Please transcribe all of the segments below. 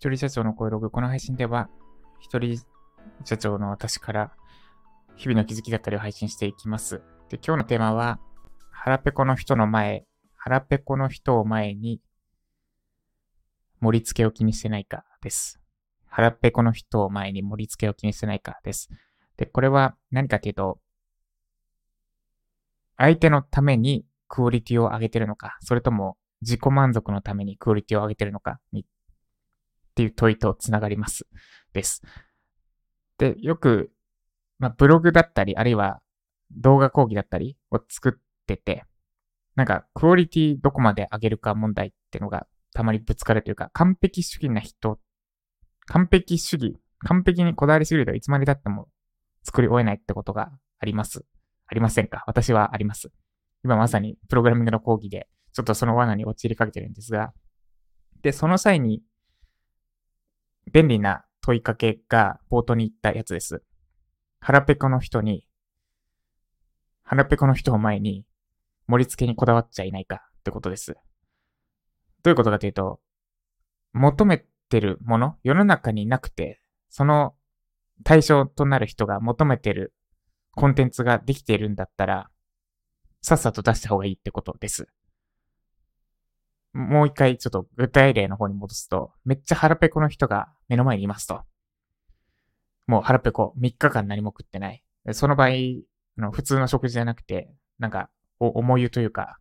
一人社長の声ログ。この配信では、一人社長の私から日々の気づきだったりを配信していきます。で、今日のテーマは、腹ペコの人を前に盛り付けを気にしてないかです。腹ペコの人を前に盛り付けを気にしてないかです。で、これは何かというと、相手のためにクオリティを上げてるのか、それとも自己満足のためにクオリティを上げてるのかっていう問いとつながります。です。で、よく、ブログだったり、あるいは動画講義だったりを作ってて、なんかクオリティどこまで上げるか問題ってのがたまにぶつかるというか、完璧にこだわりすぎるといつまで経っても作り終えないってことがあります。ありませんか？私はあります。今まさにプログラミングの講義でちょっとその罠に陥りかけてるんですが、で、その際に便利な問いかけが冒頭に言ったやつです。腹ペコの人を前に盛り付けにこだわっちゃいないかってことです。どういうことかというと、求めてるもの、世の中になくて、その対象となる人が求めてるコンテンツができているんだったら、さっさと出した方がいいってことです。もう一回ちょっと具体例の方に戻すと、めっちゃ腹ペコの人が目の前にいますと。もう腹ペコ、3日間何も食ってない。その場合、普通の食事じゃなくて、なんか、重湯というか、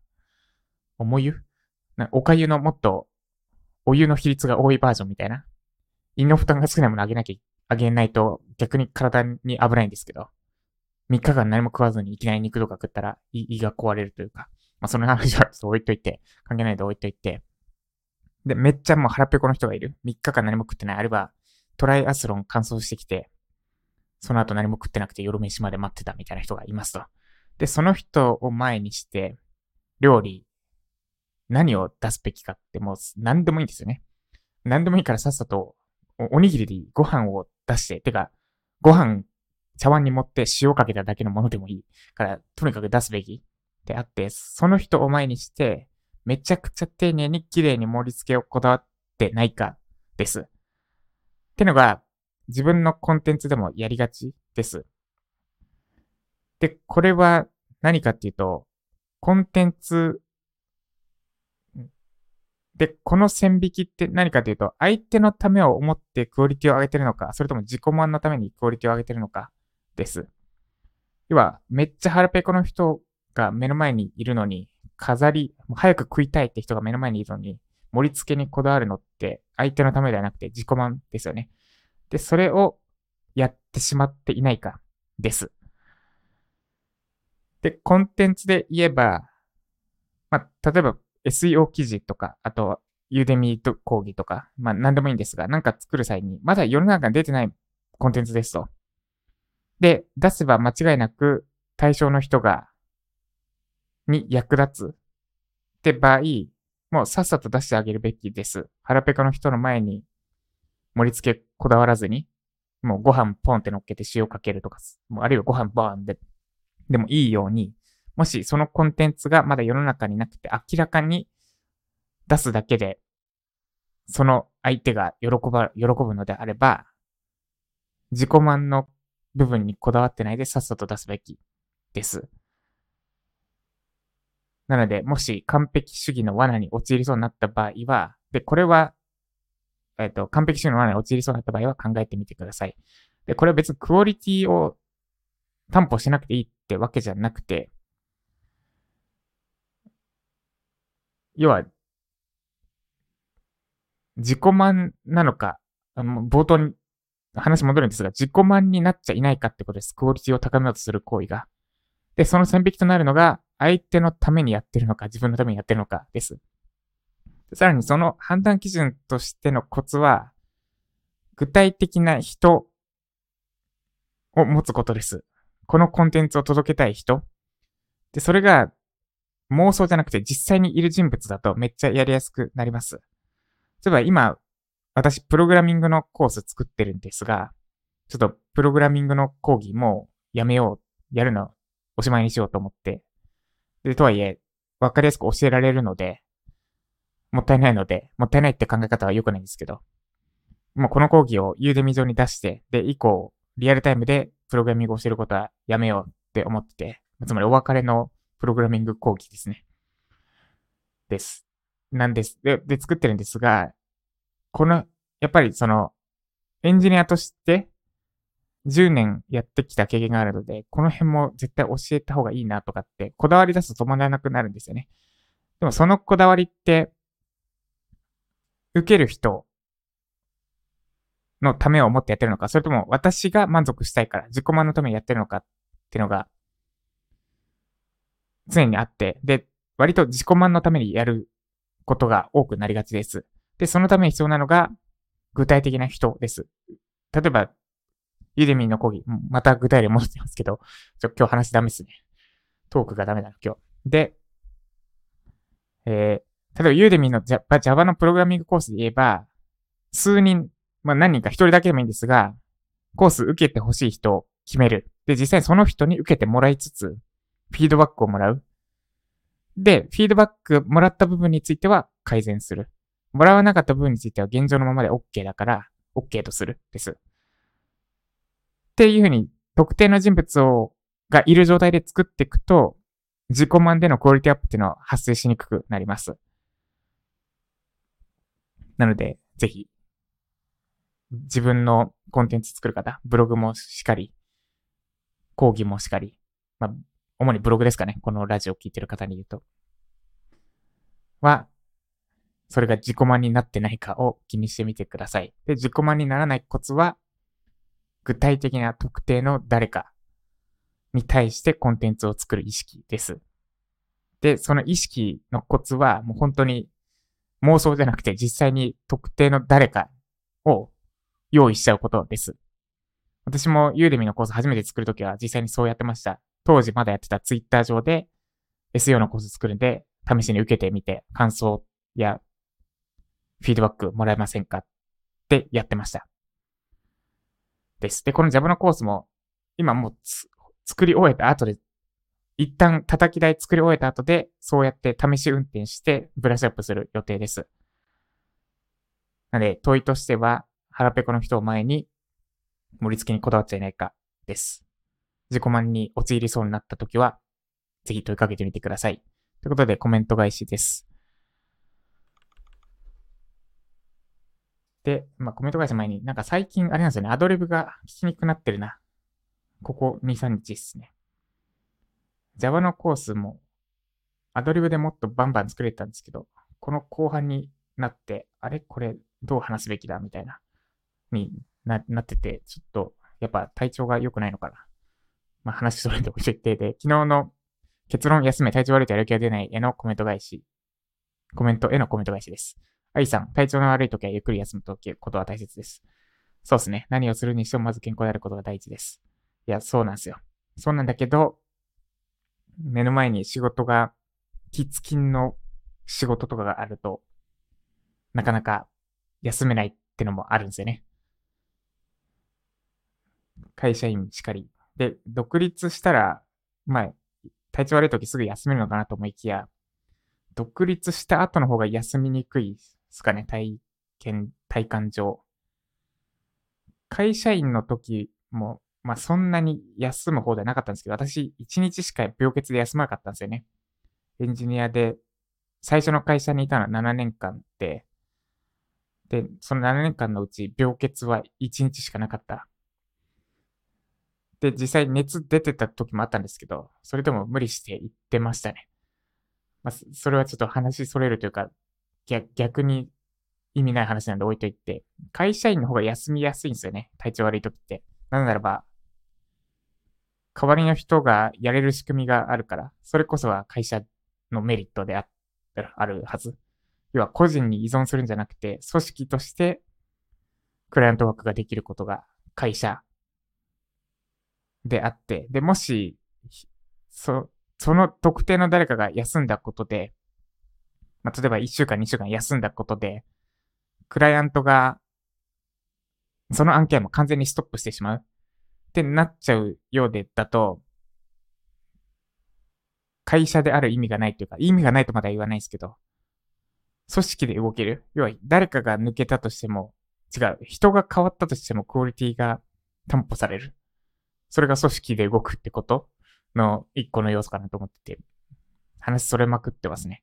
おかゆのもっと、お湯の比率が多いバージョンみたいな。胃の負担が少ないものあげないと逆に体に危ないんですけど、3日間何も食わずにいきなり肉とか食ったら胃が壊れるというか、その話はちょっと置いといて、関係ないで置いといて、で、めっちゃもう腹ペコの人がいる。3日間何も食ってない。あるいはトライアスロン完走してきて、その後何も食ってなくて夜飯まで待ってたみたいな人がいますと。で、その人を前にして、料理、何を出すべきかってもう何でもいいんですよね。何でもいいからさっさとおにぎりでいい。ご飯を出して、ご飯茶碗に盛って塩かけただけのものでもいいから、とにかく出すべきであって、その人を前にして、めちゃくちゃ丁寧に綺麗に盛り付けをこだわってないかです。ってのが、自分のコンテンツでもやりがちです。で、これは何かっていうと、コンテンツで、この線引きって何かというと、相手のためを思ってクオリティを上げてるのか、それとも自己満のためにクオリティを上げてるのかです。要は、めっちゃ腹ペコの人が目の前にいるのに、早く食いたいって人が目の前にいるのに、盛り付けにこだわるのって相手のためではなくて自己満ですよね。で、それをやってしまっていないかです。で、コンテンツで言えば、例えば SEO 記事とか、あと、ユーデミー講義とか、何でもいいんですが、なんか作る際に、まだ世の中に出てないコンテンツですと。で、出せば間違いなく対象の人に役立つって場合、もうさっさと出してあげるべきです。腹ペコの人の前に盛り付けこだわらずに、もうご飯ポンって乗っけて塩かけるとか、あるいはご飯バーンでもいいように、もしそのコンテンツがまだ世の中になくて明らかに出すだけで、その相手が喜ぶのであれば、自己満の部分にこだわってないでさっさと出すべきです。なので、もし完璧主義の罠に陥りそうになった場合は、で、これは、完璧主義の罠に陥りそうになった場合は考えてみてください。で、これは別にクオリティを担保しなくていいってわけじゃなくて、要は、自己満なのか、冒頭に話戻るんですが、自己満になっちゃいないかってことです。クオリティを高めようとする行為が。で、その線引きとなるのが、相手のためにやってるのか、自分のためにやってるのかです。さらにその判断基準としてのコツは、具体的な人を持つことです。このコンテンツを届けたい人。で、それが妄想じゃなくて実際にいる人物だとめっちゃやりやすくなります。例えば今、私プログラミングのコース作ってるんですが、ちょっとプログラミングの講義もやめよう、やるのおしまいにしようと思って。で、とはいえ、わかりやすく教えられるので、もったいないって考え方は良くないんですけど、 もうこの講義をユーデミ上に出して、で、以降、リアルタイムでプログラミングを教えることはやめようって思ってて、つまりお別れのプログラミング講義ですね。です。なんです。で、作ってるんですが、やっぱりエンジニアとして10年やってきた経験があるので、この辺も絶対教えた方がいいなとかって、こだわり出すと止まらなくなるんですよね。でもそのこだわりって、受ける人のためを思ってやってるのか、それとも私が満足したいから自己満のためにやってるのかっていうのが常にあって、で、割と自己満のためにやることが多くなりがちです。で、そのために必要なのが具体的な人です。例えば、ユーデミーの講義、また具体例戻ってますけど、今日話ダメですね。トークがダメだな、今日。で、例えばユーデミーの Java のプログラミングコースで言えば、数人、何人か一人だけでもいいんですが、コース受けてほしい人を決める。で、実際にその人に受けてもらいつつ、フィードバックをもらう。で、フィードバックもらった部分については改善する。もらわなかった部分については現状のままで OK だから、OK とする。です。っていうふうに、特定の人物がいる状態で作っていくと、自己満でのクオリティアップっていうのは発生しにくくなります。なので、ぜひ、自分のコンテンツ作る方、ブログもしかり、講義もしかり、主にブログですかね。このラジオを聞いてる方に言うと。それが自己満になってないかを気にしてみてください。で、自己満にならないコツは、具体的な特定の誰かに対してコンテンツを作る意識です。で、その意識のコツは、もう本当に妄想じゃなくて実際に特定の誰かを用意しちゃうことです。私もユーデミのコース初めて作るときは実際にそうやってました。当時まだやってたツイッター上で SEO のコース作るんで、試しに受けてみて感想やフィードバックもらえませんかってやってました。です。で、この Java のコースも今もう作り終えた後で、一旦叩き台作り終えた後で、そうやって試し運転してブラッシュアップする予定です。なので、問いとしては、腹ペコの人を前に盛り付けにこだわっちゃいないかです。自己満に陥りそうになった時は、ぜひ問いかけてみてください。ということで、コメント返しです。で、コメント返し前に、なんか最近、あれなんですよね、アドリブが聞きにくくなってるな。ここ2、3日ですね。Java のコースも、アドリブでもっとバンバン作れたんですけど、この後半になって、あれこれどう話すべきだみたいなってて、ちょっと、やっぱ体調が良くないのかな。話それておいてで、昨日の結論休め体調悪いとやる気が出ないへのコメント返しです。愛さん、体調の悪い時はゆっくり休むことは大切です。そうですね。何をするにしてもまず健康であることが第一です。いや、そうなんですよ。そうなんだけど、目の前に仕事が、キッズ勤の仕事とかがあると、なかなか休めないってのもあるんですよね。会社員しかり。で、独立したら、体調悪い時すぐ休めるのかなと思いきや、独立した後の方が休みにくいですかね、体感上。会社員の時も、そんなに休む方ではなかったんですけど、私、1日しか病欠で休まなかったんですよね。エンジニアで、最初の会社にいたのは7年間で、その7年間のうち病欠は1日しかなかった。で、実際熱出てた時もあったんですけど、それでも無理して行ってましたね。それはちょっと話それるというか、逆に意味ない話なんで置いといて、会社員の方が休みやすいんですよね。体調悪い時って。なぜならば、代わりの人がやれる仕組みがあるから、それこそは会社のメリットであるはず。要は個人に依存するんじゃなくて、組織としてクライアントワークができることが会社であって、で、もし、その特定の誰かが休んだことで、例えば1週間、2週間休んだことで、クライアントが、その案件も完全にストップしてしまうってなっちゃうようだと、会社である意味がないというか、意味がないとまだ言わないですけど、組織で動ける。要は、誰かが抜けたとしても、 違う。人が変わったとしてもクオリティが担保される。それが組織で動くってことの一個の要素かなと思ってて、話それまくってますね。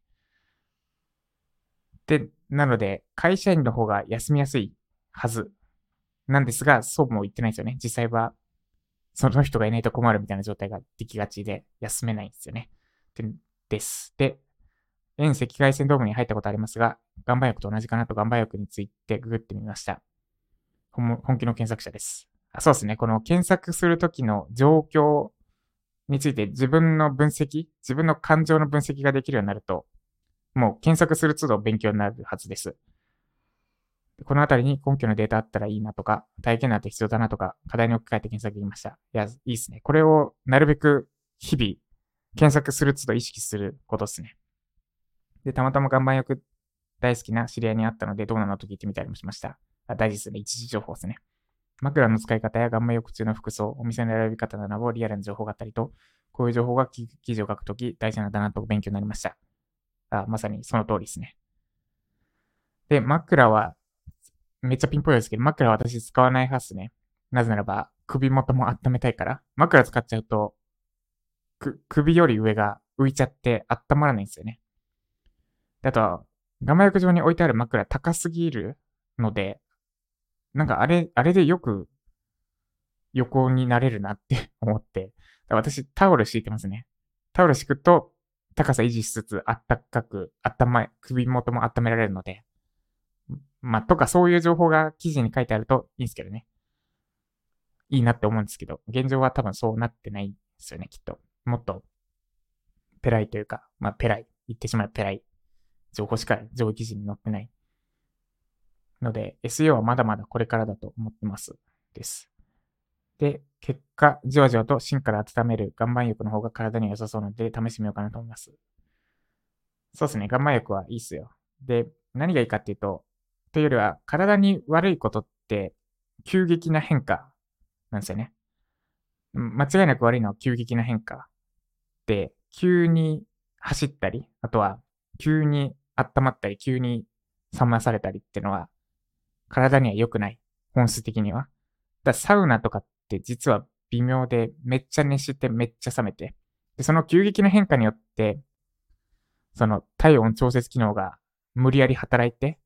で、なので、会社員の方が休みやすいはずなんですが、そうも言ってないんですよね。実際は、その人がいないと困るみたいな状態ができがちで、休めないんですよね。です。で、遠赤外線ドームに入ったことありますが、岩盤浴と同じかなと岩盤浴についてググってみました。本気の検索者です。そうですね。この検索するときの状況について自分の分析、自分の感情の分析ができるようになると、もう検索する都度勉強になるはずです。このあたりに根拠のデータあったらいいなとか、体験なんて必要だなとか、課題に置き換えて検索できました。いや、いいですね。これをなるべく日々検索する都度意識することですね。で、たまたま岩盤浴大好きな知り合いに会ったので、どうなのと聞いてみたりもしました。大事ですね。一時情報ですね。枕の使い方や岩盤浴中の服装、お店の選び方などをリアルな情報があったりと、こういう情報が記事を書くとき大事なんだなと勉強になりました。まさにその通りですね。で、枕は、めっちゃピンポイントですけど、枕は私使わない派っすね。なぜならば、首元も温めたいから。枕使っちゃうと、首より上が浮いちゃって温まらないんですよね。あとは、岩盤浴場に置いてある枕高すぎるので、なんかあれでよく横になれるなって思って、私タオル敷いてますね。タオル敷くと高さ維持しつつあったかく、首元も温められるので、とかそういう情報が記事に書いてあるといいんですけどね。いいなって思うんですけど、現状は多分そうなってないですよね、きっと。もっと、ペライというか、ペライ、言ってしまえばペライ、情報しか上位記事に載ってないので、SEO はまだまだこれからだと思ってます。です。で、結果、じわじわと芯から温める岩盤浴の方が体には良さそうなので、試してみようかなと思います。そうですね、岩盤浴はいいっすよ。で、何がいいかっていうと、というよりは、体に悪いことって、急激な変化なんですよね。間違いなく悪いのは急激な変化で、急に走ったり、あとは、急に温まったり、急に冷まされたりっていうのは、体には良くない。本質的には。サウナとかって実は微妙で、めっちゃ熱してめっちゃ冷めて。で、その急激な変化によって、その体温調節機能が無理やり働いて、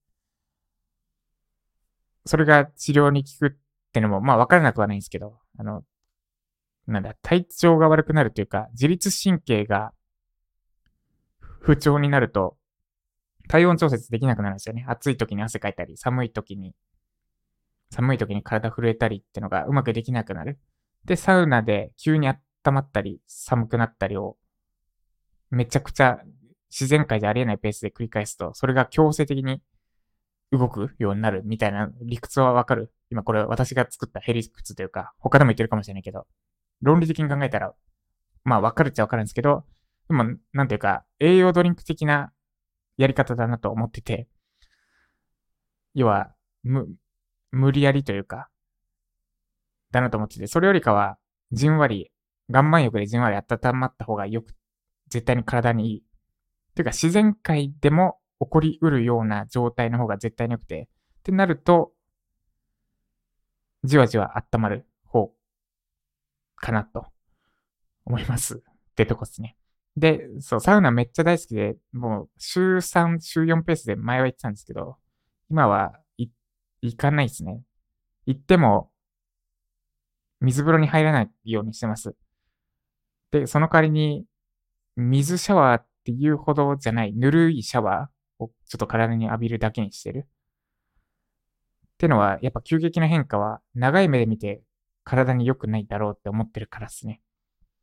それが治療に効くってのも、わからなくはないんですけど、体調が悪くなるというか、自律神経が不調になると、体温調節できなくなるんですよね。暑い時に汗かいたり、寒い時に体震えたりってのがうまくできなくなる。で、サウナで急に温まったり、寒くなったりを、めちゃくちゃ自然界でありえないペースで繰り返すと、それが強制的に動くようになるみたいな理屈はわかる。今これ私が作ったヘリクツというか、他でも言ってるかもしれないけど、論理的に考えたら、わかるっちゃわかるんですけど、でも、なんていうか、栄養ドリンク的なやり方だなと思ってて、要は、無理やりというか、だなと思ってて、それよりかは、じんわり、岩盤浴でじんわり温まった方がよく、絶対に体にいい。というか、自然界でも起こりうるような状態の方が絶対に良くて、ってなると、じわじわ温まる方かなと思います。ってとこですね。で、そう、サウナめっちゃ大好きで、もう週3、週4ペースで前は行ってたんですけど、今は行かないですね。行っても水風呂に入らないようにしてます。で、その代わりに水シャワーっていうほどじゃない、ぬるいシャワーをちょっと体に浴びるだけにしてる。ってのは、やっぱ急激な変化は長い目で見て体に良くないだろうって思ってるからですね。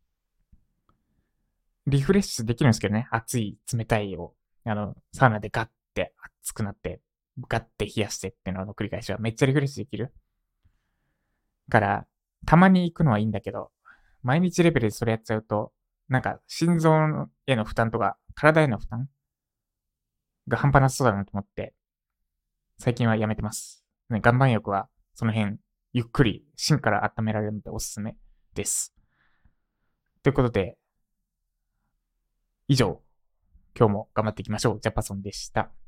リフレッシュできるんですけどね。熱い、冷たいを、サウナでガッて熱くなって、ガッて冷やしてっていうのの繰り返しはめっちゃリフレッシュできる。から、たまに行くのはいいんだけど、毎日レベルでそれやっちゃうと、なんか心臓への負担とか、体への負担が半端なさそうだなと思って、最近はやめてます。ね、岩盤浴は、その辺、ゆっくり芯から温められるのでおすすめです。ということで、以上、今日も頑張っていきましょう。ジャパソンでした。